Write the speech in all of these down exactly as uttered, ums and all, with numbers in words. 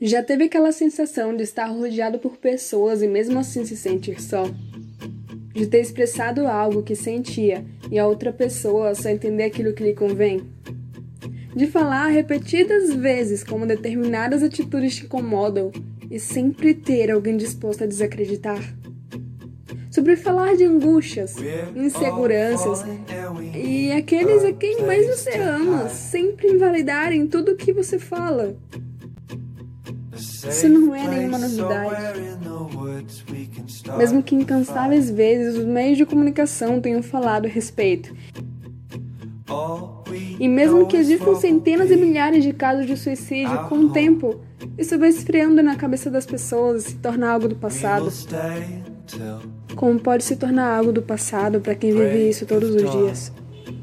Já teve aquela sensação de estar rodeado por pessoas e mesmo assim se sentir só? De ter expressado algo que sentia e a outra pessoa só entender aquilo que lhe convém? De falar repetidas vezes como determinadas atitudes te incomodam e sempre ter alguém disposto a desacreditar? Sobre falar de angústias, inseguranças e aqueles a quem mais você ama sempre invalidarem tudo o que você fala. Isso não é nenhuma novidade. Mesmo que incansáveis vezes os meios de comunicação tenham falado a respeito. E mesmo que existam centenas e milhares de casos de suicídio, com o tempo, isso vai esfriando na cabeça das pessoas e se torna algo do passado. Como pode se tornar algo do passado para quem vive isso todos os dias?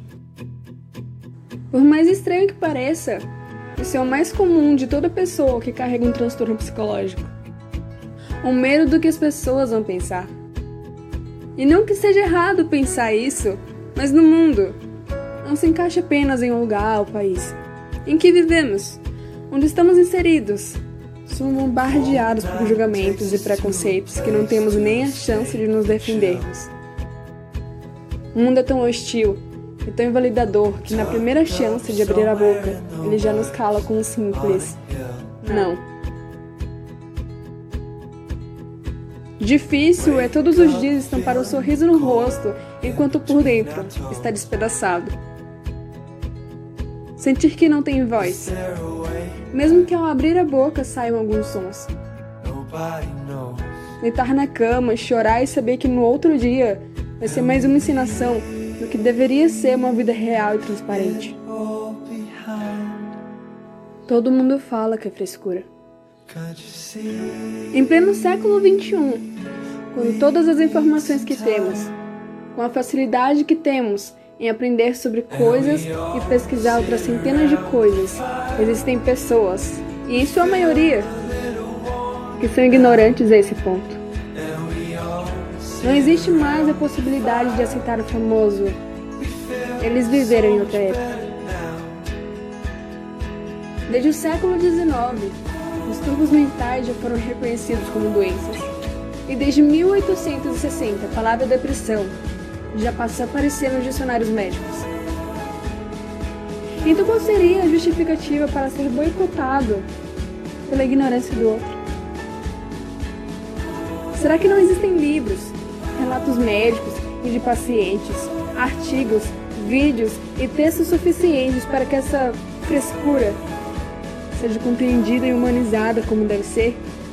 Por mais estranho que pareça, isso é o mais comum de toda pessoa que carrega um transtorno psicológico. O medo do que as pessoas vão pensar. E não que seja errado pensar isso, mas no mundo não se encaixa apenas em um lugar ou país em que vivemos, onde estamos inseridos. Somos bombardeados por julgamentos e preconceitos que não temos nem a chance de nos defendermos. O mundo é tão hostil e tão invalidador que na primeira chance de abrir a boca, ele já nos cala com um simples não. Difícil é todos os dias estampar um sorriso no rosto enquanto por dentro está despedaçado. Sentir que não tem voz, mesmo que ao abrir a boca saiam alguns sons. Deitar na cama, chorar e saber que no outro dia vai ser mais uma encenação do que deveria ser uma vida real e transparente. Todo mundo fala que é frescura. Em pleno século vinte e um, com todas as informações que temos, com a facilidade que temos em aprender sobre coisas e pesquisar outras centenas de coisas, existem pessoas, e em sua maioria, que são ignorantes a esse ponto. Não existe mais a possibilidade de aceitar o famoso eles viveram em outra época. Desde o século dezenove, distúrbios mentais já foram reconhecidos como doenças. E desde mil oitocentos e sessenta, a palavra depressão já passou a aparecer nos dicionários médicos. Então qual seria a justificativa para ser boicotado pela ignorância do outro? Será que não existem livros, relatos médicos e de pacientes, artigos, vídeos e textos suficientes para que essa frescura seja compreendida e humanizada como deve ser?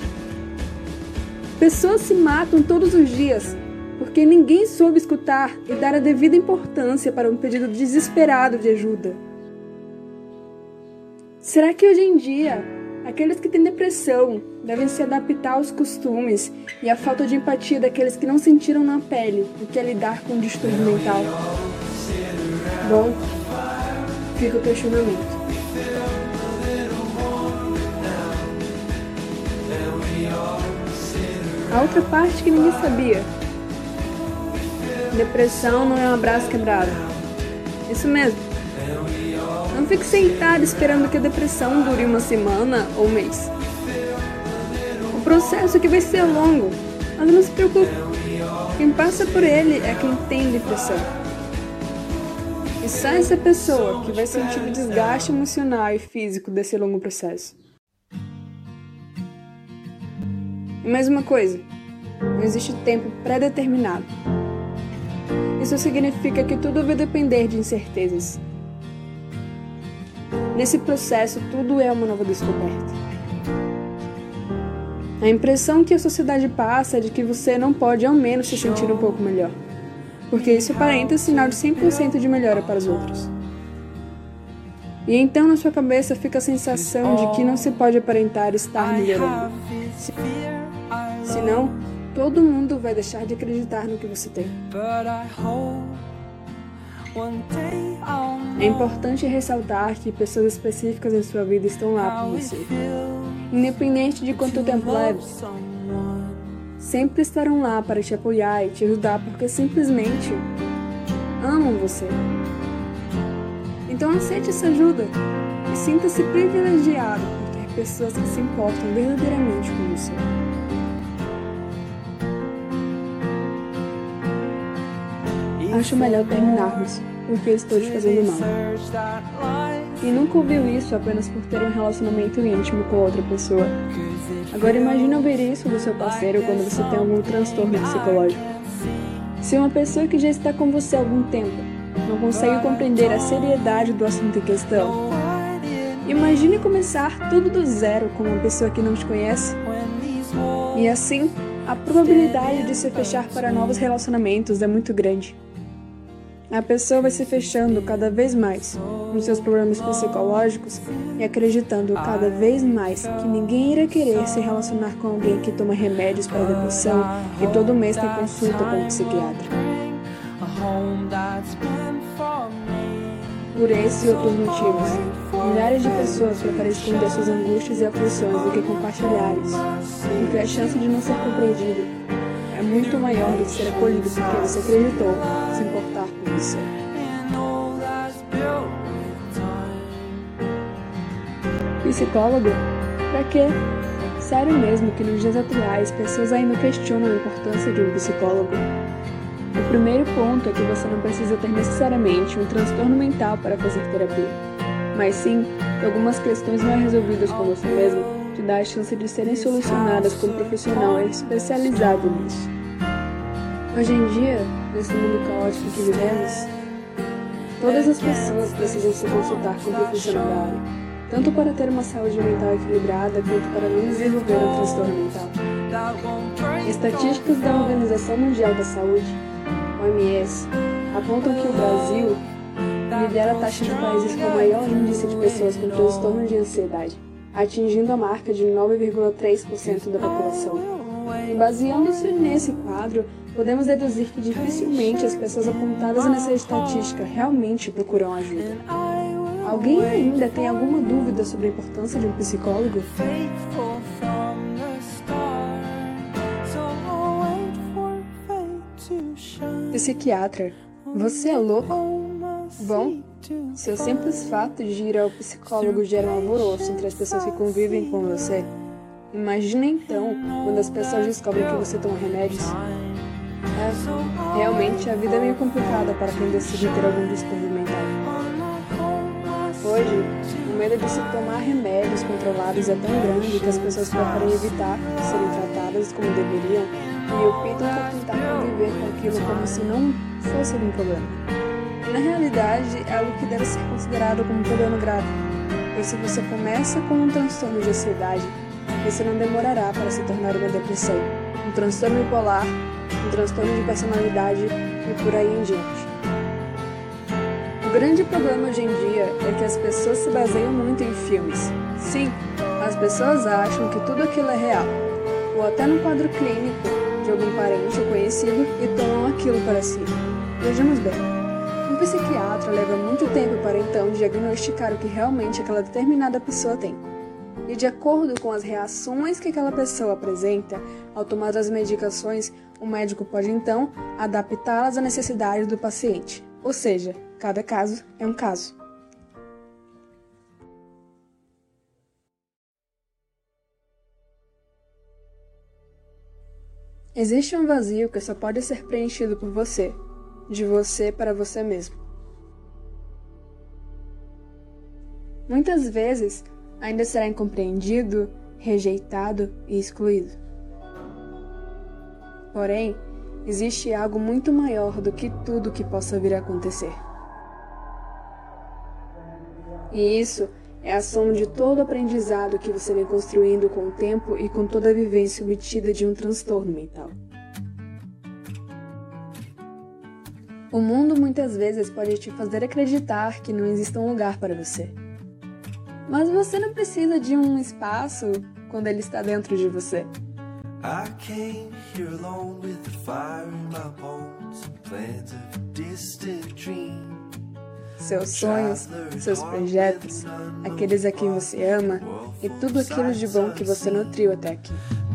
Pessoas se matam todos os dias porque ninguém soube escutar e dar a devida importância para um pedido desesperado de ajuda. Será que hoje em dia, aqueles que têm depressão devem se adaptar aos costumes e à falta de empatia daqueles que não sentiram na pele o que é lidar com um distúrbio mental? Bom, fica o questionamento. A outra parte que ninguém sabia. Depressão não é um abraço quebrado. Isso mesmo. Não fique sentado esperando que a depressão dure uma semana ou um mês. O processo aqui vai ser longo, mas não se preocupe. Quem passa por ele é quem tem depressão. E só essa pessoa que vai sentir o desgaste emocional e físico desse longo processo. E mais uma coisa, não existe tempo pré-determinado. Isso significa que tudo vai depender de incertezas. Nesse processo, tudo é uma nova descoberta. A impressão que a sociedade passa é de que você não pode ao menos se sentir um pouco melhor, porque isso aparenta sinal de cem por cento de melhora para os outros. E então na sua cabeça fica a sensação de que não se pode aparentar estar melhorando. Senão, todo mundo vai deixar de acreditar no que você tem. É importante ressaltar que pessoas específicas em sua vida estão lá por você. Independente de quanto tempo leve, sempre estarão lá para te apoiar e te ajudar porque simplesmente amam você. Então aceite essa ajuda e sinta-se privilegiado por ter pessoas que se importam verdadeiramente com você. Acho melhor terminarmos, porque estou te fazendo mal. E nunca ouviu isso apenas por ter um relacionamento íntimo com outra pessoa. Agora imagine ouvir isso do seu parceiro quando você tem algum transtorno psicológico. Se uma pessoa que já está com você há algum tempo não consegue compreender a seriedade do assunto em questão, imagine começar tudo do zero com uma pessoa que não te conhece. E assim, a probabilidade de se fechar para novos relacionamentos é muito grande. A pessoa vai se fechando cada vez mais nos seus problemas psicológicos e acreditando cada vez mais que ninguém irá querer se relacionar com alguém que toma remédios para depressão e todo mês tem consulta com um psiquiatra. Por esses e outros motivos, milhares de pessoas preferem esconder suas angústias e aflições do que compartilhá-las, porque a chance de não ser compreendido é muito maior do que ser acolhido porque você acreditou se importar com você. Psicólogo? Pra quê? Sério mesmo que nos dias atuais pessoas ainda questionam a importância de um psicólogo? O primeiro ponto é que você não precisa ter necessariamente um transtorno mental para fazer terapia, mas sim que algumas questões não resolvidas com você mesmo te dá a chance de serem solucionadas com um profissional especializado nisso. Hoje em dia, nesse mundo caótico que vivemos, todas as pessoas precisam se consultar com um profissional da área, tanto para ter uma saúde mental equilibrada quanto para não desenvolver um transtorno mental. Estatísticas da Organização Mundial da Saúde, O M S, apontam que o Brasil lidera a taxa de países com o maior índice de pessoas com transtorno de ansiedade, atingindo a marca de nove vírgula três por cento da população. E baseando-se nesse quadro, podemos deduzir que dificilmente as pessoas apontadas nessa estatística realmente procuram ajuda. Alguém ainda tem alguma dúvida sobre a importância de um psicólogo? Psiquiatra, você é louco? Bom, se o simples fato de ir ao psicólogo gera um alvoroço entre as pessoas que convivem com você, imagine então quando as pessoas descobrem que você toma remédios. É, realmente a vida é meio complicada para quem decide ter algum distúrbio mental. Hoje, o medo de se tomar remédios controlados é tão grande que as pessoas preferem evitar serem tratadas como deveriam e optam por tentar conviver com aquilo como se não fosse algum problema. Na realidade, é algo que deve ser considerado como um problema grave, pois se você começa com um transtorno de ansiedade, você não demorará para se tornar uma depressão, um transtorno bipolar, um transtorno de personalidade e por aí em diante. O grande problema hoje em dia é que as pessoas se baseiam muito em filmes. Sim, as pessoas acham que tudo aquilo é real, ou até no quadro clínico de algum parente ou conhecido e tomam aquilo para si. Vejamos bem. Um psiquiatra leva muito tempo para então diagnosticar o que realmente aquela determinada pessoa tem. E de acordo com as reações que aquela pessoa apresenta ao tomar as medicações, o médico pode então adaptá-las à necessidade do paciente. Ou seja, cada caso é um caso. Existe um vazio que só pode ser preenchido por você, de você para você mesmo. Muitas vezes, ainda será incompreendido, rejeitado e excluído. Porém, existe algo muito maior do que tudo que possa vir a acontecer. E isso é a soma de todo o aprendizado que você vem construindo com o tempo e com toda a vivência obtida de um transtorno mental. O mundo muitas vezes pode te fazer acreditar que não existe um lugar para você. Mas você não precisa de um espaço quando ele está dentro de você. I came here alone with the fire in my bones and plans of a distant dream. Seus sonhos, seus projetos, aqueles a quem você ama e tudo aquilo de bom que você nutriu até aqui.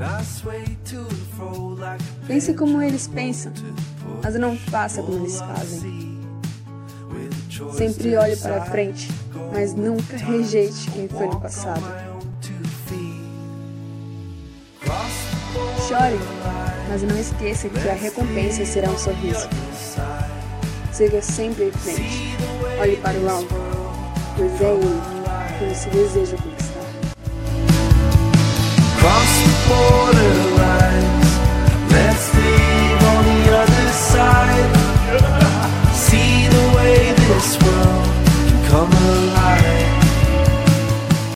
Pense como eles pensam, mas não faça como eles fazem. Sempre olhe para frente, mas nunca rejeite quem foi no passado. chore, mas não esqueça que a recompensa será um sorriso. Siga sempre em frente. Olhe para o alto, pois é ele que você deseja.